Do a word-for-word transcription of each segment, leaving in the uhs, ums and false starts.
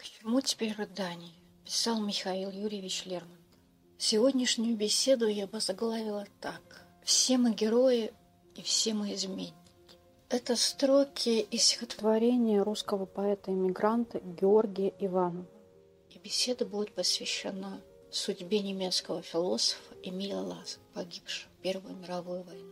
Почему теперь рыдание? Писал Михаил Юрьевич Лермонтов. Сегодняшнюю беседу я бы заглавила так: «Все мы герои и все мы изменники». Это строки из стихотворения русского поэта-эмигранта Георгия Иванова. И беседа будет посвящена судьбе немецкого философа Эмиля Лазаря, погибшего в Первую мировую войну.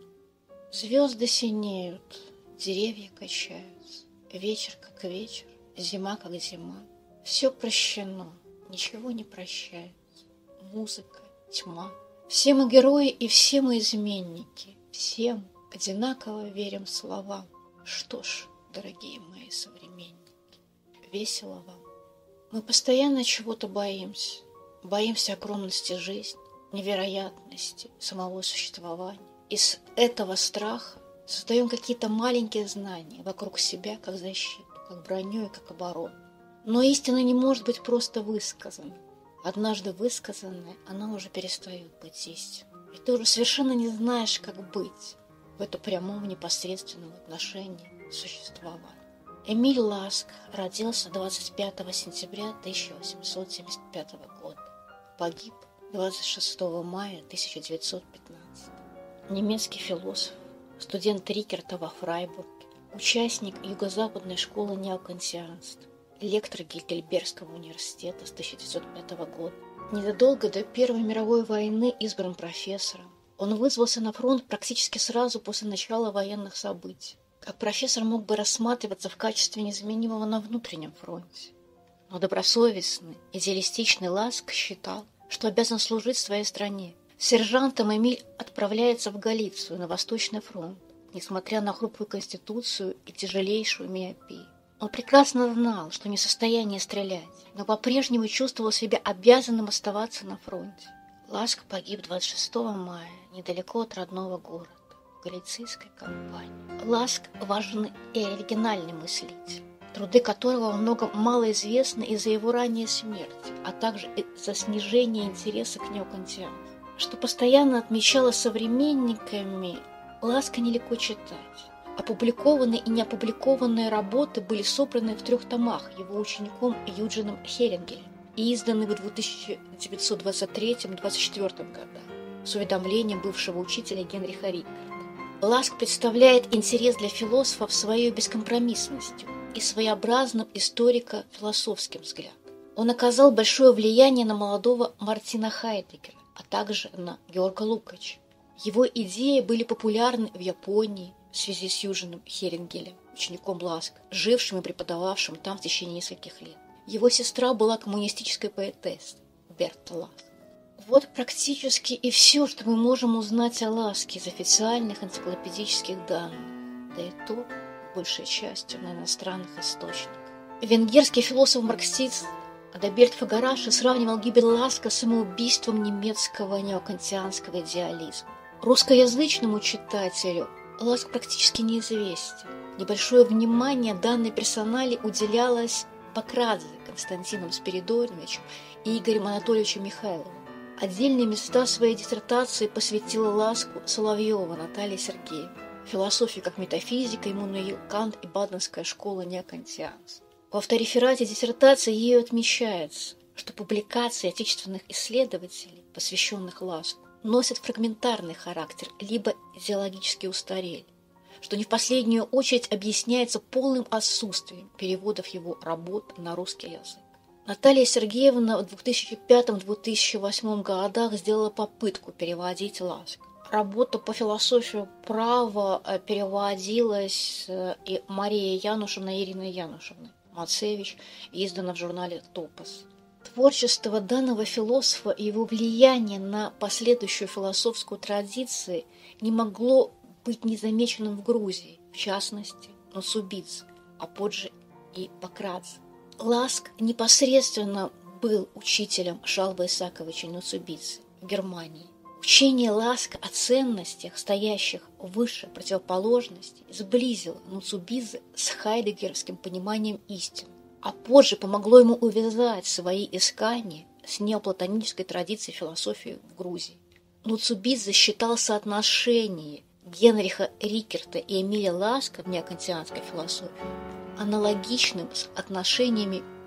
Звезды синеют, деревья качаются, вечер как вечер, зима как зима. Все прощено, ничего не прощается. Музыка, тьма. Все мы герои и все мы изменники. Всем одинаково верим словам. Что ж, дорогие мои современники, весело вам. Мы постоянно чего-то боимся. Боимся огромности жизни, невероятности самого существования. Из этого страха создаем какие-то маленькие знания вокруг себя, как защиту, как броню и как оборону. Но истина не может быть просто высказана. Однажды высказанная, она уже перестает быть истиной. И ты уже совершенно не знаешь, как быть в этом прямом непосредственном отношении существования. Эмиль Ласк родился двадцать пятого сентября тысяча восемьсот семьдесят пятого года. Погиб двадцать шестого мая тысяча девятьсот пятнадцатого. Немецкий философ, студент Рикерта во Фрайбурге, участник юго-западной школы неокантианства, лектор Гейдельбергского университета с тысяча девятьсот пятого года. Незадолго до Первой мировой войны избран профессором. Он вызвался на фронт практически сразу после начала военных событий. Как профессор мог бы рассматриваться в качестве незаменимого на внутреннем фронте. Но добросовестный, идеалистичный Ласк считал, что обязан служить своей стране. Сержантом Эмиль отправляется в Галицию, на Восточный фронт, несмотря на хрупкую конституцию и тяжелейшую миопию. Он прекрасно знал, что не в состоянии стрелять, но по-прежнему чувствовал себя обязанным оставаться на фронте. Ласк погиб двадцать шестого мая, недалеко от родного города, в галицийской кампании. Ласк важный и оригинальный мыслитель, труды которого во многом мало известны из-за его ранней смерти, а также из-за снижения интереса к неокантианству. Что постоянно отмечалось современниками, Ласка нелегко читать. Опубликованные и неопубликованные работы были собраны в трех томах его учеником Юджином Херингелем и изданы в тысяча девятьсот двадцать третьем — двадцать четвёртом годах с уведомлением бывшего учителя Генриха Рикерта. Ласк представляет интерес для философов своей бескомпромиссностью и своеобразным историко-философским взглядом. Он оказал большое влияние на молодого Мартина Хайдеггера, а также на Георга Лукача. Его идеи были популярны в Японии в связи с Юджином Херингелем, учеником Ласка, жившим и преподававшим там в течение нескольких лет. Его сестра была коммунистической поэтессой Берта Ласк. Вот практически и все, что мы можем узнать о Ласке из официальных энциклопедических данных, да и то большей частью на иностранных источниках. Венгерский философ-марксист Адальберт Фагараши сравнивал гибель Ласка с самоубийством немецкого неокантианского идеализма. Русскоязычному читателю Ласк практически неизвестен. Небольшое внимание данной персонали уделялось Пакрадзе Константином Спиридоновичем и Игорем Анатольевичем Михайловым. Отдельные места своей диссертации посвятила Ласку Соловьева Наталья Сергеевна. Философия как метафизика, Иммануил Кант и Баденская школа неокантианства. В автореферате диссертации ею отмечается, что публикации отечественных исследователей, посвященных Ласку, носят фрагментарный характер, либо идеологически устарели, что не в последнюю очередь объясняется полным отсутствием переводов его работ на русский язык. Наталья Сергеевна в две тысячи пятом — две тысячи восьмом годах сделала попытку переводить Ласка. Работа по философии права переводилась и Марией Янушевной и Ириной Янушевной Мацевич, издана в журнале «Топос». Творчество данного философа и его влияние на последующую философскую традицию не могло быть незамеченным в Грузии, в частности, Ноцубидзе, а позже и Пакрадзе. Ласк непосредственно был учителем Шалва Исааковича Ноцубидзе в Германии. Учение Ласка о ценностях, стоящих выше противоположностей, сблизило Ноцубидзе с хайдеггеровским пониманием истины, а позже помогло ему увязать свои искания с неоплатонической традицией философии в Грузии. Ноцубидзе считал соотношение Генриха Рикерта и Эмиля Ласка в неокантианской философии аналогичным с отношениями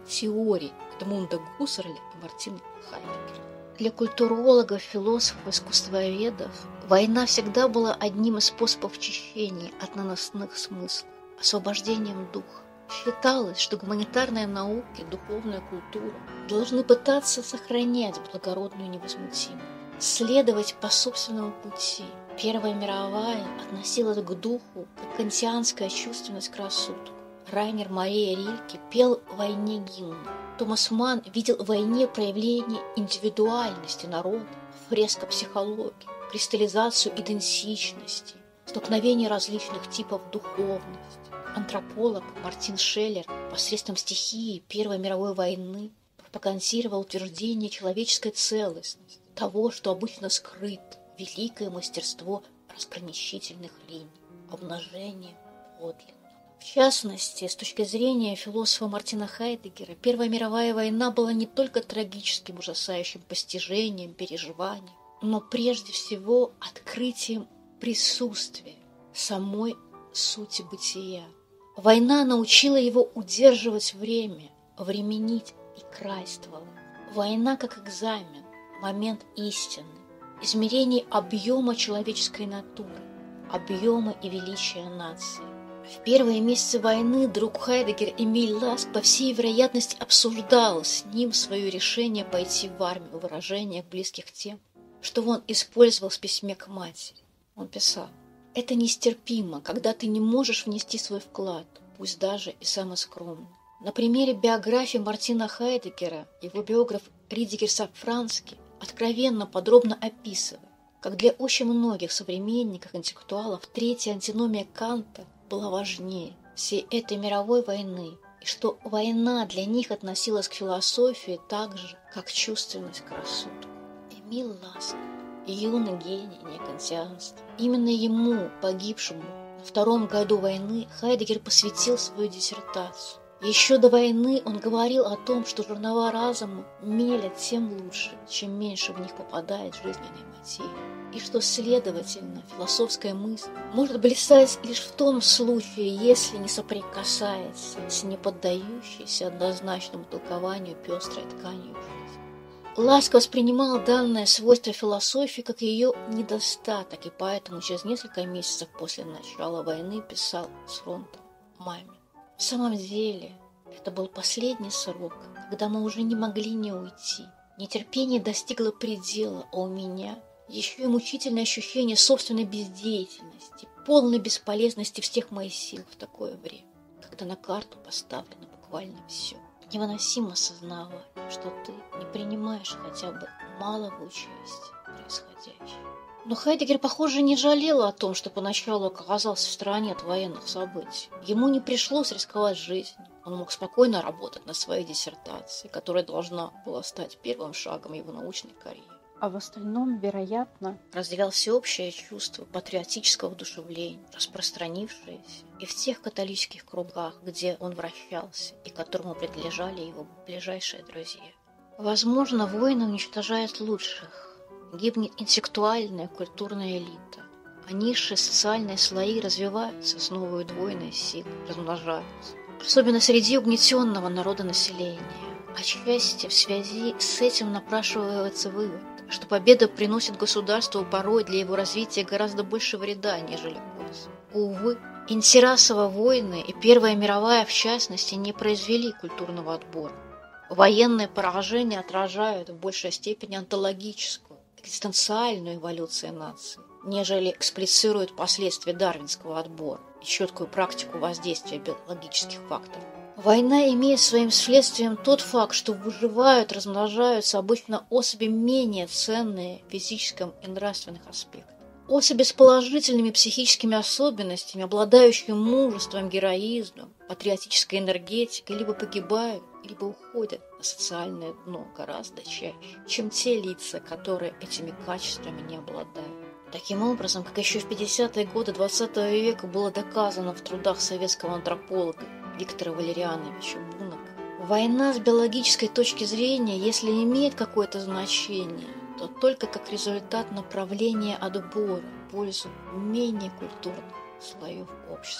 теорий Эдмунда Гуссерля и Мартина Хайдеггера. Для культурологов, философов, искусствоведов война всегда была одним из способов очищения от наносных смыслов, освобождением духа. Считалось, что гуманитарные науки, духовная культура должны пытаться сохранять благородную невозмутимость, следовать по собственному пути. Первая мировая относилась к духу, как кантианская чувственность к рассудку. Райнер Мария Рильке пел войне гимн. Томас Манн видел в войне проявление индивидуальности народа, фреска психологии, кристаллизацию идентичности, столкновение различных типов духовности. Антрополог Мартин Шеллер посредством стихии Первой мировой войны пропагандировал утверждение человеческой целостности, того, что обычно скрыто, великое мастерство разграничительных линий, обнажение подлинного. В частности, с точки зрения философа Мартина Хайдеггера, Первая мировая война была не только трагическим, ужасающим постижением, переживанием, но прежде всего открытием присутствия, самой сути бытия. Война научила его удерживать время, временить и крайствовать. Война как экзамен, момент истины, измерение объема человеческой натуры, объема и величия нации. В первые месяцы войны друг Хайдеггера Эмиль Ласк, по всей вероятности, обсуждал с ним свое решение пойти в армию в выражениях, близких тем, что он использовал в письме к матери. Он писал: «Это нестерпимо, когда ты не можешь внести свой вклад, пусть даже и самый скромный». На примере биографии Мартина Хайдеггера его биограф Ридигер Сафранский откровенно, подробно описывает, как для очень многих современников интеллектуалов третья антиномия Канта была важнее всей этой мировой войны, и что война для них относилась к философии так же, как чувственность к рассудку. Эмиль Ласк, юный гений неокантианства. Именно ему, погибшему на втором году войны, Хайдеггер посвятил свою диссертацию. Еще до войны он говорил о том, что жернова разума мелят тем лучше, чем меньше в них попадает жизненной материи, и что, следовательно, философская мысль может блистать лишь в том случае, если не соприкасается с неподдающейся однозначному толкованию пестрой тканью жизни. Ласк воспринимал данное свойство философии как ее недостаток, и поэтому через несколько месяцев после начала войны писал с фронта маме: «В самом деле, это был последний срок, когда мы уже не могли не уйти. Нетерпение достигло предела, а у меня еще и мучительное ощущение собственной бездеятельности, полной бесполезности всех моих сил в такое время, когда на карту поставлено буквально все. Невыносимо осознавать, что ты не принимаешь хотя бы малого участия в происходящем». Но Хайдеггер, похоже, не жалел о том, что поначалу оказался в стороне от военных событий. Ему не пришлось рисковать жизнью. Он мог спокойно работать над своей диссертацией, которая должна была стать первым шагом его научной карьеры. А в остальном, вероятно, разделял всеобщее чувство патриотического вдушевления, распространившееся и в тех католических кругах, где он вращался и которому принадлежали его ближайшие друзья. Возможно, войны уничтожают лучших. Гибнет интеллектуальная культурная элита, а низшие социальные слои развиваются с новой удвоенной силой, размножаются. Особенно среди угнетенного народонаселения. Отчасти в связи с этим напрашивается вывод, что победа приносит государству порой для его развития гораздо больше вреда, нежели пользы. Увы, Инсирасова войны и Первая мировая в частности не произвели культурного отбора. Военные поражения отражают в большей степени онтологическую, экзистенциальную эволюцию нации, нежели эксплицируют последствия дарвинского отбора и четкую практику воздействия биологических факторов. Война имеет своим следствием тот факт, что выживают, размножаются обычно особи менее ценные в физическом и нравственных аспектах. Особи с положительными психическими особенностями, обладающие мужеством, героизмом, патриотической энергетикой, либо погибают, либо уходят на социальное дно гораздо чаще, чем те лица, которые этими качествами не обладают. Таким образом, как еще в пятидесятые годы двадцатого века было доказано в трудах советского антрополога Виктора Валериановича Бунака, война с биологической точки зрения, если имеет какое-то значение, то только как результат направления отбора в пользу менее культурных слоев общества.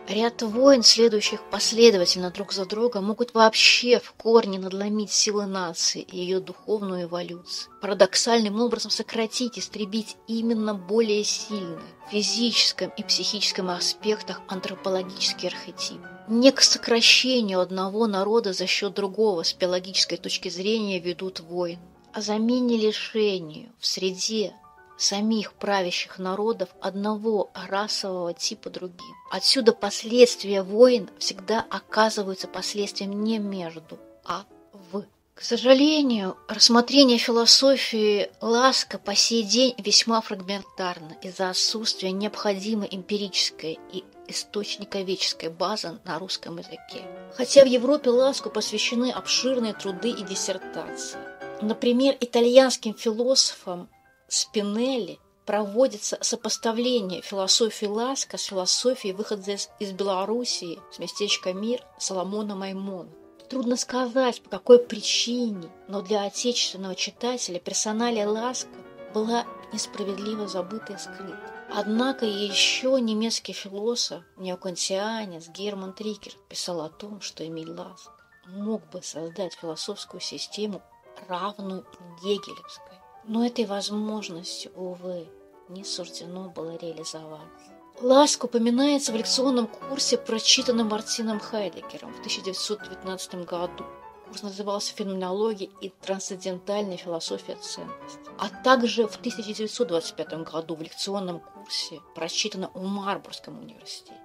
Ряд войн, следующих последовательно друг за другом, могут вообще в корне надломить силы нации и ее духовную эволюцию, парадоксальным образом сократить, истребить именно более сильные в физическом и психическом аспектах антропологический архетип. Не к сокращению одного народа за счет другого с биологической точки зрения ведут войны, а замене лишению в среде самих правящих народов одного расового типа другим. Отсюда последствия войн всегда оказываются последствием не между, а в. К сожалению, рассмотрение философии Ласка по сей день весьма фрагментарно из-за отсутствия необходимой эмпирической и источниковедческой базы на русском языке. Хотя в Европе Ласку посвящены обширные труды и диссертации. Например, итальянским философом Спинелли проводится сопоставление философии Ласка с философией выходца из, из Белоруссии, с местечка Мир Соломона Маймона. Трудно сказать, по какой причине, но для отечественного читателя персоналия Ласка была несправедливо забыта и скрыта. Однако еще немецкий философ, неокантианец Герман Трикер писал о том, что Эмиль Ласк мог бы создать философскую систему, равную гегелевской. Но этой возможности, увы, не суждено было реализоваться. Ласк упоминается в лекционном курсе, прочитанном Мартином Хайдеггером в тысяча девятьсот девятнадцатом году. Курс назывался «Феноменология и трансцендентальная философия ценностей». А также в тысяча девятьсот двадцать пятом году в лекционном курсе, прочитанном в Марбургском университете,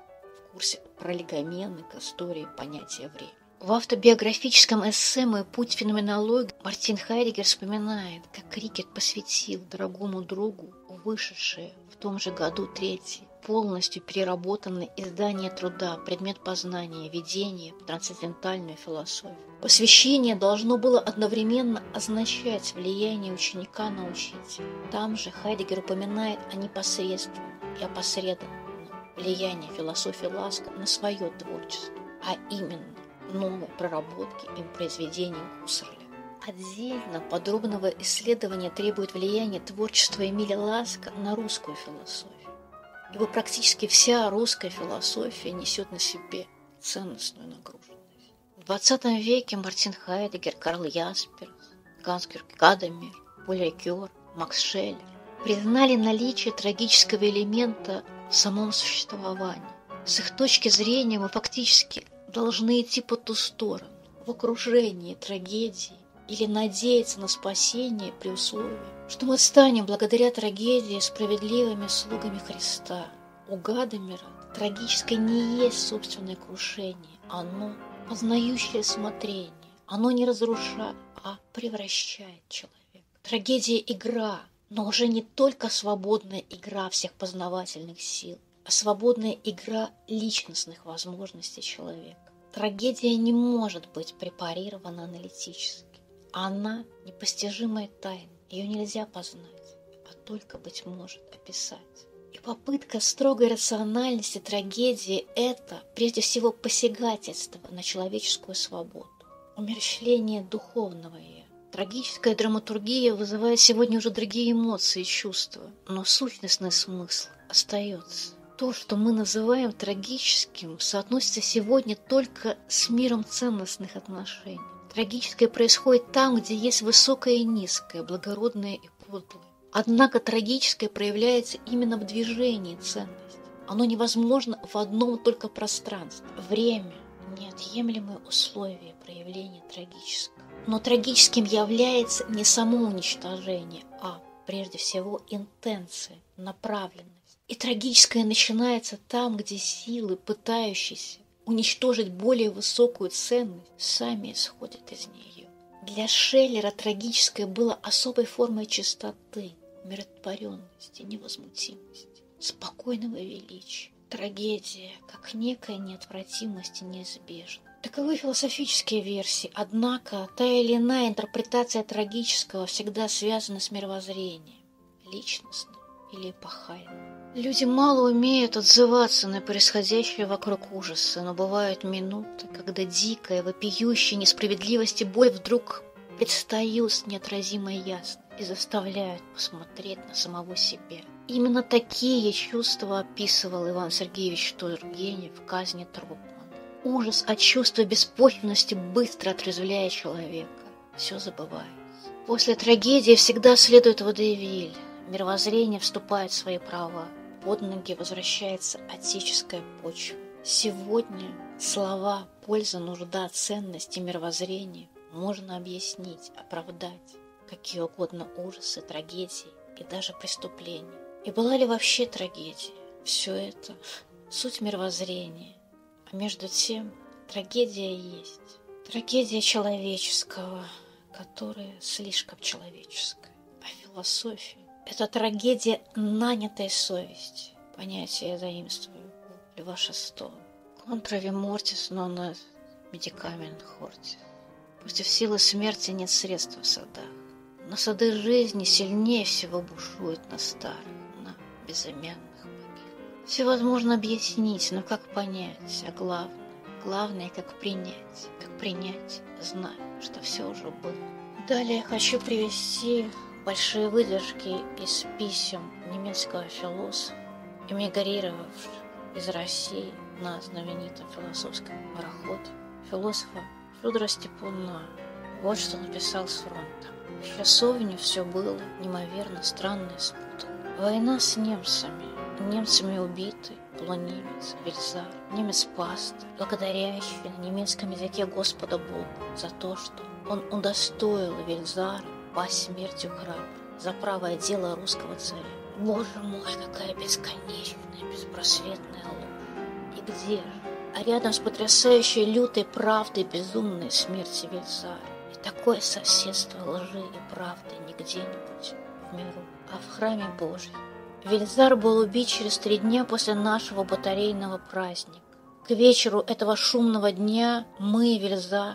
в курсе «Пролегомены к истории понятия времени». В автобиографическом эссе «Мой путь в феноменологию» Мартин Хайдеггер вспоминает, как Рикет посвятил дорогому другу вышедшее в том же году третье, полностью переработанное издание труда «Предмет познания. Введение в трансцендентальную философию». Посвящение должно было одновременно означать влияние ученика на учителя. Там же Хайдеггер упоминает о непосредственном и опосредованном влиянии философии Ласка на свое творчество, а именно новой проработки им произведений Гуссерля. Отдельно подробного исследования требует влияние творчества Эмиля Ласка на русскую философию, ибо практически вся русская философия несет на себе ценностную нагруженность. В двадцатом веке Мартин Хайдеггер, Карл Ясперс, Ганс-Георг Гадамер, Поль Рикер, Макс Шеллер признали наличие трагического элемента в самом существовании. С их точки зрения мы фактически должны идти по ту сторону, в окружении трагедии, или надеяться на спасение при условии, что мы станем благодаря трагедии справедливыми слугами Христа. У Гадамера трагическое не есть собственное крушение, оно познающее смотрение, оно не разрушает, а превращает человека. Трагедия – игра, но уже не только свободная игра всех познавательных сил, а свободная игра личностных возможностей человека. Трагедия не может быть препарирована аналитически. Она – непостижимая тайна, ее нельзя познать, а только, быть может, описать. И попытка строгой рациональности трагедии – это, прежде всего, посягательство на человеческую свободу, умерщвление духовного «я». Трагическая драматургия вызывает сегодня уже другие эмоции и чувства, но сущностный смысл остается. То, что мы называем трагическим, соотносится сегодня только с миром ценностных отношений. Трагическое происходит там, где есть высокое и низкое, благородное и подлое. Однако трагическое проявляется именно в движении ценностей. Оно невозможно в одном только пространстве. Время – неотъемлемое условие проявления трагического. Но трагическим является не само уничтожение, а, прежде всего, интенция, направленность. И трагическое начинается там, где силы, пытающиеся уничтожить более высокую ценность, сами исходят из нее. Для Шеллера трагическое было особой формой чистоты, умиротворенности, невозмутимости, спокойного величия. Трагедия, как некая неотвратимость и неизбежность. Таковы философические версии, однако та или иная интерпретация трагического всегда связана с мировоззрением, личностным или эпохальным. Люди мало умеют отзываться на происходящее вокруг ужаса, но бывают минуты, когда дикая, вопиющая несправедливость и боль вдруг предстают с неотразимой ясностью и заставляют посмотреть на самого себя Именно такие чувства описывал Иван Сергеевич Тургенев в «Казни Трупмана». Ужас от чувства беспочвенности быстро отрезвляет человека. Все забывается. После трагедии всегда следует водевиль. Мировоззрение вступает в свои права. Под ноги возвращается отеческая почва. Сегодня слова «польза», «нужда», «ценность» и «мировоззрение» можно объяснить, оправдать какие угодно ужасы, трагедии и даже преступления. И была ли вообще трагедия? Все это суть мировоззрения. А между тем трагедия есть. Трагедия человеческого, которая слишком человеческая. А философия – это трагедия нанятой совести. Понятие я заимствую у Льва Шестого. Контрави мортис non est medicament hortis. Против силы смерти нет средств в садах. Но сады жизни сильнее всего бушуют на старых, на безымянных могилах. Все возможно объяснить, но как понять, а главное, главное, как принять, как принять, зная, что все уже было. Далее я хочу привести большие выдержки из писем немецкого философа, эмигрировавшего из России на знаменитом философском пароходе, философа Федора Степуна. Вот что он писал с фронта. В часовне все было неимоверно странно и спутано. Война с немцами. Немцами убиты полунемец, Вельзар, немец-паст, благодарящий на немецком языке Господа Бога за то, что он удостоил Вельзара пасть смертью храбро за правое дело русского царя. Боже мой, какая бесконечная, беспросветная ложь! И где же? А рядом с потрясающей лютой правдой безумной смерти Вельзара. И такое соседство лжи и правды не где-нибудь в миру, а в храме Божьем. Вельзар был убит через три дня после нашего батарейного праздника. К вечеру этого шумного дня мы, Вельзар,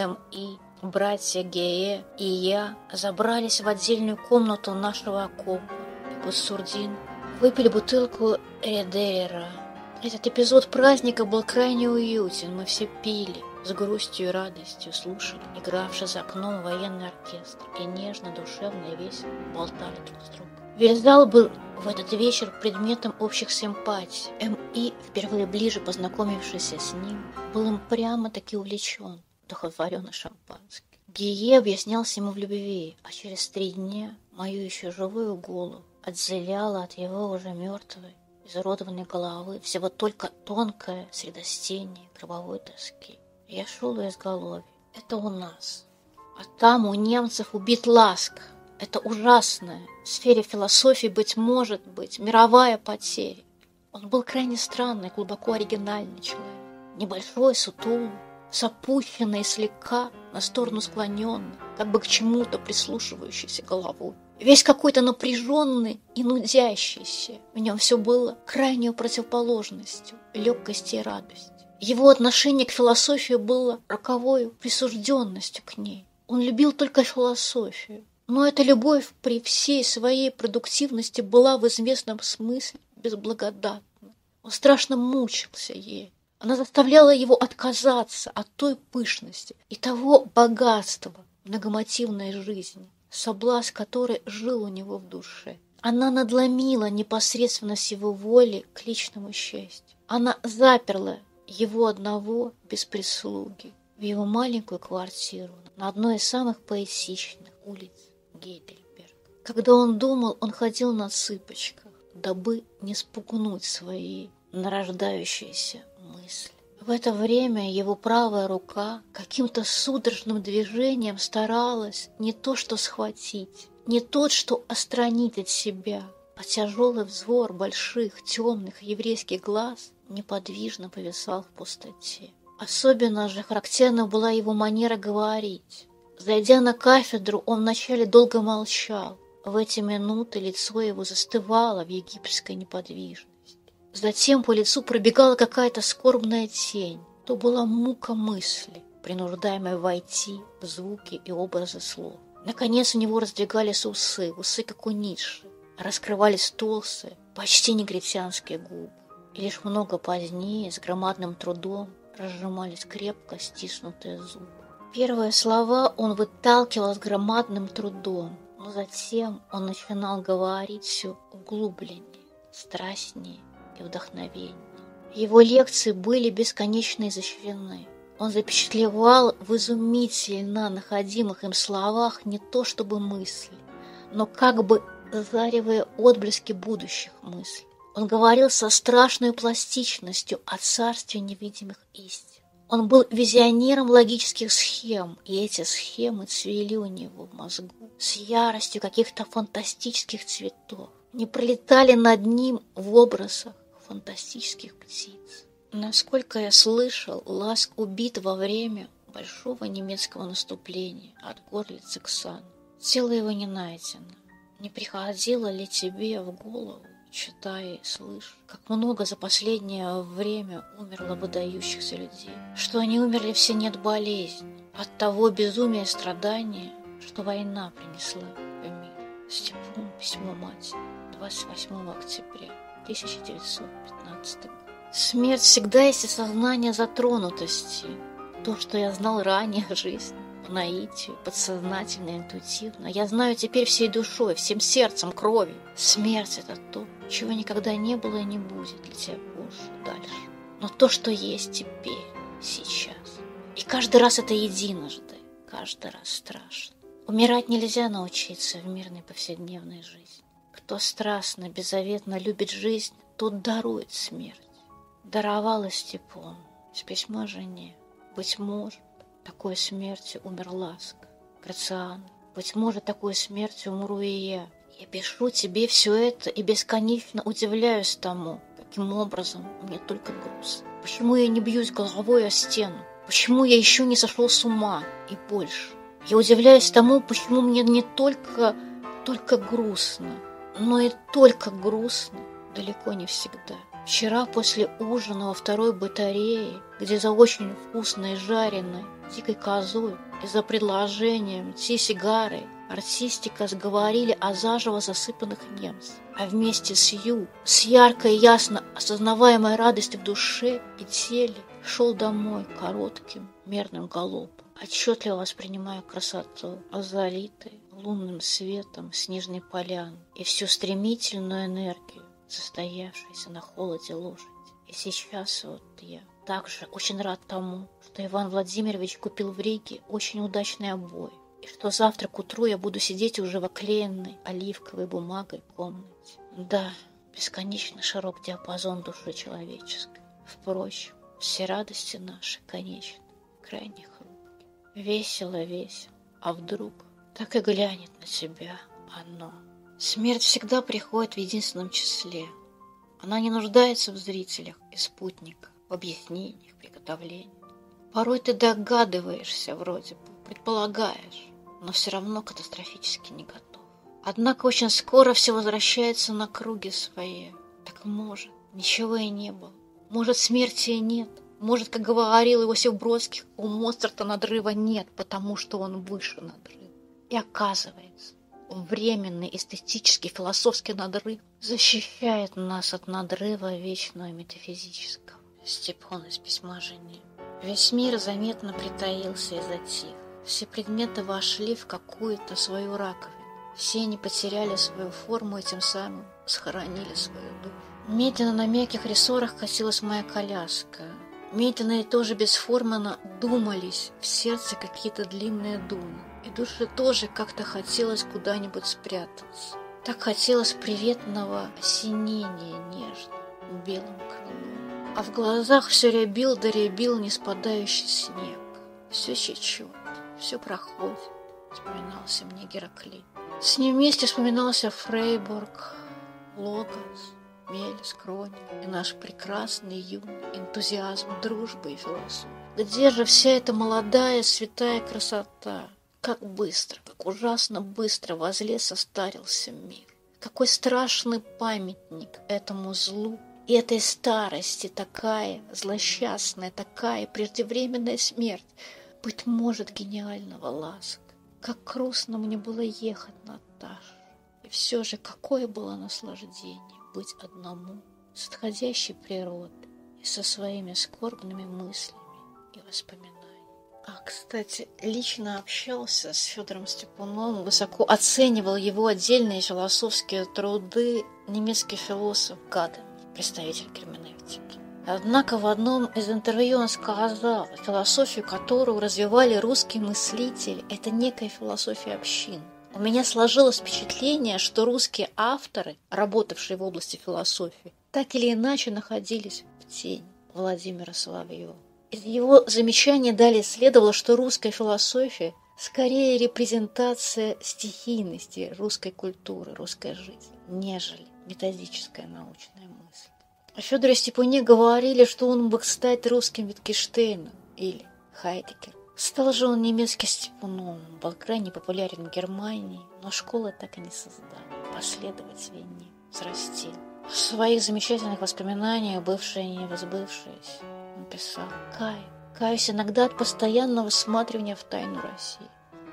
МИ, братья Гее и я забрались в отдельную комнату нашего окопа. И Бусурдин выпили бутылку Редерера. Этот эпизод праздника был крайне уютен. Мы все пили, с грустью и радостью слушали игравший за окном военный оркестр и нежно, душевно и весело болтали друг с другом. Вельзар был в этот вечер предметом общих симпатий. МИ, впервые ближе познакомившийся с ним, был им прямо-таки увлечен, духотворенный шампанским. Гие объяснялся ему в любви, а через три дня мою еще живую голову отделяла от его уже мертвой, изуродованной головы всего только тонкое средостение гробовой доски. Я шел из изголовья. Это у нас. А там у немцев убит Ласка. Это ужасное. В сфере философии, быть может быть, мировая потеря. Он был крайне странный, глубоко оригинальный человек. Небольшой, сутулый, с опущенной слегка на сторону склоненной, как бы к чему-то прислушивающейся головой. Весь какой-то напряженный и нудящийся. В нем все было крайней противоположностью легкости и радости. Его отношение к философии было роковой присужденностью к ней. Он любил только философию. Но эта любовь при всей своей продуктивности была в известном смысле безблагодатна. Он страшно мучился ей. Она заставляла его отказаться от той пышности и того богатства многомотивной жизни, соблазн которой жил у него в душе. Она надломила непосредственность его воли к личному счастью. Она заперла его одного без прислуги в его маленькую квартиру на одной из самых поэтичных улиц Гейдельберг. Когда он думал, он ходил на цыпочках, дабы не спугнуть свои нарождающиеся мысли. В это время его правая рука каким-то судорожным движением старалась не то что схватить, не то что отстранить от себя, а тяжелый взор больших темных еврейских глаз неподвижно повисал в пустоте. Особенно же характерна была его манера говорить. Зайдя на кафедру, он вначале долго молчал. В эти минуты лицо его застывало в египетской неподвижности. Затем по лицу пробегала какая-то скорбная тень. То была мука мысли, принуждаемая войти в звуки и образы слов. Наконец у него раздвигались усы, усы как у Ницше. Раскрывались толстые, почти негритянские губы. И лишь много позднее, с громадным трудом, разжимались крепко стиснутые зубы. Первые слова он выталкивал с громадным трудом, но Но затем он начинал говорить все углубленнее, страстнее и вдохновеннее. Его лекции были бесконечно изощрены. Он запечатлевал в изумительно находимых им словах не то чтобы мысли, но как бы озаривая отблески будущих мыслей. Он говорил со страшной пластичностью о царстве невидимых истин. Он был визионером логических схем, и эти схемы цвели у него в мозгу с яростью каких-то фантастических цветов, не пролетали над ним в образах фантастических птиц. Насколько я слышал, Ласк убит во время большого немецкого наступления от горлицы к Сану. Тело его не найдено. Не приходило ли тебе в голову, читая и слыша, как много за последнее время умерло выдающихся людей, что они умерли все не от болезни, а от того безумия и страдания, что война принесла в мир. Степан, письмо матери, двадцать восьмого октября тысяча девятьсот пятнадцатого года. Смерть всегда есть и сознание затронутости. То, что я знал ранее в жизни, по наитию, подсознательно, интуитивно, я знаю теперь всей душой, всем сердцем, кровью. Смерть — это то, чего никогда не было и не будет для тебя позже, дальше. Но то, что есть теперь, сейчас. И каждый раз это единожды, каждый раз страшно. Умирать нельзя научиться в мирной повседневной жизни. Кто страстно, беззаветно любит жизнь, тот дарует смерть. Даровала Степан с письма жене. Быть может, такой смертью умер Ласк, Грациан. Быть может, такой смертью умру и я. Я пишу тебе все это и бесконечно удивляюсь тому, каким образом мне только грустно. Почему я не бьюсь головой о стену? Почему я еще не сошел с ума? И больше. Я удивляюсь тому, почему мне не только, только грустно, но и только грустно далеко не всегда. Вчера после ужина во второй батарее, где за очень вкусной жареной дикой козой и за предложением ти-сигары артистика сговорили о заживо засыпанных немцах, а вместе с Ю, с яркой и ясно осознаваемой радостью в душе и теле, шел домой коротким мерным галопом, отчетливо воспринимая красоту, залитой лунным светом снежной поляны и всю стремительную энергию, состоявшейся на холоде лошади. И сейчас вот я также очень рад тому, что Иван Владимирович купил в Риге очень удачные обои, и что завтра к утру я буду сидеть уже в оклеенной оливковой бумагой комнате. Да, бесконечно широк диапазон души человеческой. Впрочем, все радости наши, конечно, крайне хрупки. Весело, весело, а вдруг так и глянет на тебя оно. Смерть всегда приходит в единственном числе. Она не нуждается в зрителях и спутниках, в объяснениях, приготовлениях. Порой ты догадываешься вроде бы, предполагаешь, но все равно катастрофически не готов. Однако очень скоро все возвращается на круги свои. Так может, ничего и не было. Может, смерти и нет. Может, как говорил Иосиф Бродский, у Моцарта надрыва нет, потому что он выше надрыва. И оказывается, временный эстетический философский надрыв защищает нас от надрыва вечного метафизического. Степан из письма жене. Весь мир заметно притаился и затих. Все предметы вошли в какую-то свою раковину. Все они потеряли свою форму и тем самым схоронили свою душу. Медленно на мягких рессорах катилась моя коляска. Медленно и тоже бесформенно думались в сердце какие-то длинные думы. И душе тоже как-то хотелось куда-нибудь спрятаться. Так хотелось приветного осенения нежно, белым крылом. А в глазах все рябил да рябил неспадающий снег. Все течет, все проходит, вспоминался мне Гераклит. С ним вместе вспоминался Фрейбург, Логос, Мелис, Кронин и наш прекрасный юный энтузиазм дружбы и философии. Где же вся эта молодая святая красота? Как быстро, как ужасно быстро возле состарился мир. Какой страшный памятник этому злу и этой старости, такая злосчастная, такая преждевременная смерть, быть может, гениального Ласка. Как грустно мне было ехать, Наташа. И все же какое было наслаждение быть одному с отходящей природой и со своими скорбными мыслями и воспоминаниями. А, кстати, лично общался с Федором Степуновым, высоко оценивал его отдельные философские труды немецкий философ Гаден, представитель герменевтики. Однако в одном из интервью он сказал, философию которую развивали русские мыслители, это некая философия общин. У меня сложилось впечатление, что русские авторы, работавшие в области философии, так или иначе находились в тени Владимира Соловьева. Из его замечания далее следовало, что русская философия скорее репрезентация стихийности русской культуры, русской жизни, нежели методическая научная мысль. О Федоре Степуне говорили, что он мог стать русским Wittgensteiном или Хайдеггером. Стал же он немецким Степуновым, был крайне популярен в Германии, но школы так и не создал, последователей не взрастил. В своих замечательных воспоминаниях, бывшие и невозбывшиеся, он писал: «Каю, каюсь иногда от постоянного всматривания в тайну России,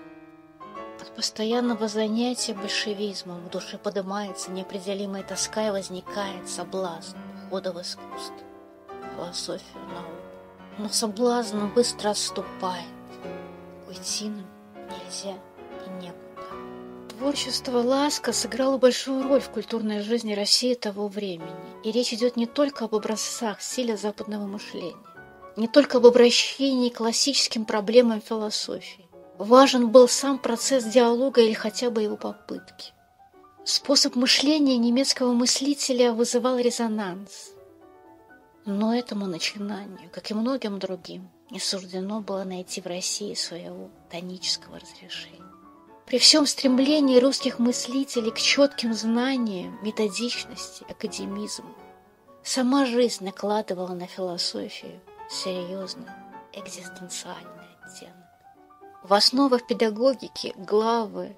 от постоянного занятия большевизмом в душе поднимается неопределимая тоска и возникает соблазн ухода в искусство, философию, науку. Но соблазн быстро отступает, уйти нам нельзя и некуда». Творчество Ласка сыграло большую роль в культурной жизни России того времени. И речь идет не только об образцах стиля западного мышления, не только об обращении к классическим проблемам философии. Важен был сам процесс диалога или хотя бы его попытки. Способ мышления немецкого мыслителя вызывал резонанс. Но этому начинанию, как и многим другим, не суждено было найти в России своего тонического разрешения. При всем стремлении русских мыслителей к четким знаниям, методичности, академизму, сама жизнь накладывала на философию серьезный экзистенциальный оттенок. В основах педагогики главы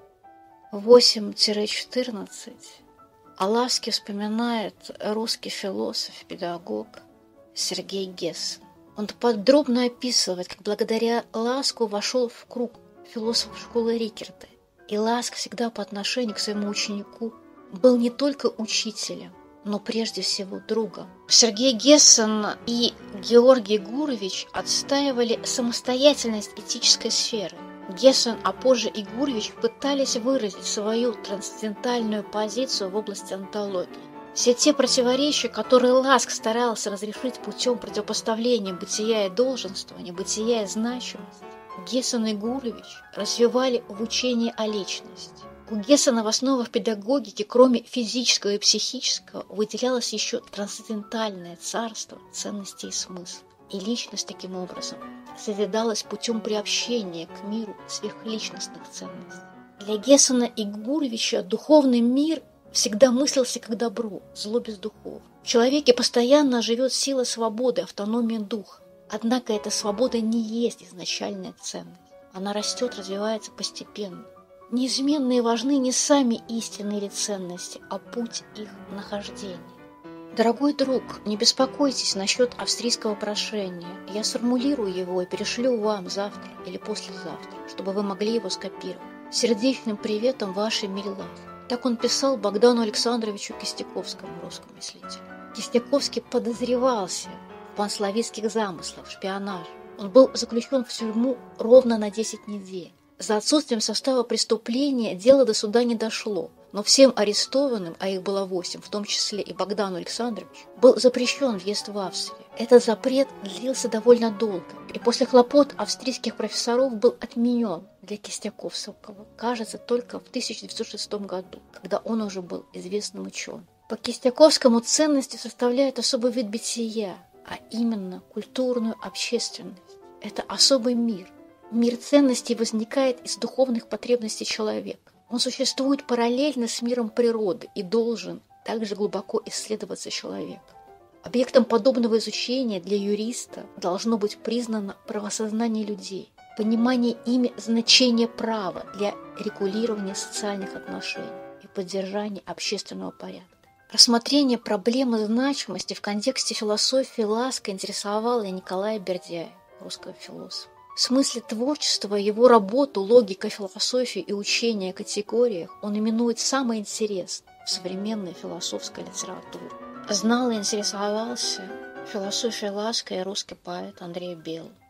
восемь-четырнадцать о Ласке вспоминает русский философ-педагог Сергей Гессен. Он подробно описывает, как благодаря Ласку вошел в круг философов школы Рикерта. И Ласк всегда по отношению к своему ученику был не только учителем, но прежде всего другом. Сергей Гессен и Георгий Гуревич отстаивали самостоятельность этической сферы. Гессен, а позже и Гуревич пытались выразить свою трансцендентальную позицию в области онтологии. Все те противоречия, которые Ласк старался разрешить путем противопоставления бытия и долженствования, бытия и значимости, Гессен и Гуревич развивали в учении о личности. У Гессена в основах педагогики, кроме физического и психического, выделялось еще трансцендентальное царство ценностей и смысла. И личность таким образом созидалась путем приобщения к миру сверхличностных ценностей. Для Гессена и Гуревича духовный мир всегда мыслился как добро, зло без духов. В человеке постоянно живет сила свободы, автономия духа. Однако эта свобода не есть изначальная ценность. Она растет, развивается постепенно. Неизменны и важны не сами истинные или ценности, а путь их нахождения. Дорогой друг, не беспокойтесь насчет австрийского прошения. Я сформулирую его и перешлю вам завтра или послезавтра, чтобы вы могли его скопировать. Сердечным приветом, ваш Эмиль Лав. Так он писал Богдану Александровичу Кистяковскому, русскому мыслителю. Кистяковский подозревался в панславистских замыслах, в шпионаже. Он был заключен в тюрьму ровно на десять недель. За отсутствием состава преступления дело до суда не дошло, но всем арестованным, а их было восемь, в том числе и Богдану Александровичу, был запрещен въезд в Австрию. Этот запрет длился довольно долго, и после хлопот австрийских профессоров был отменен для Кистяковского, кажется, только в тысяча девятьсот шестом году, когда он уже был известным ученым. По Кистяковскому ценности составляет особый вид бытия, а именно культурную общественность. Это особый мир. Мир ценностей возникает из духовных потребностей человека. Он существует параллельно с миром природы и должен также глубоко исследоваться человеком. Объектом подобного изучения для юриста должно быть признано правосознание людей, понимание ими значения права для регулирования социальных отношений и поддержания общественного порядка. Рассмотрение проблемы значимости в контексте философии Ласка интересовало и Николая Бердяева, русского философа. В смысле творчества его работу, логика, философии и учения о категориях он именует самое интересное в современной философской литературе. Знал и интересовался философией Ласка и русский поэт Андрей Белый.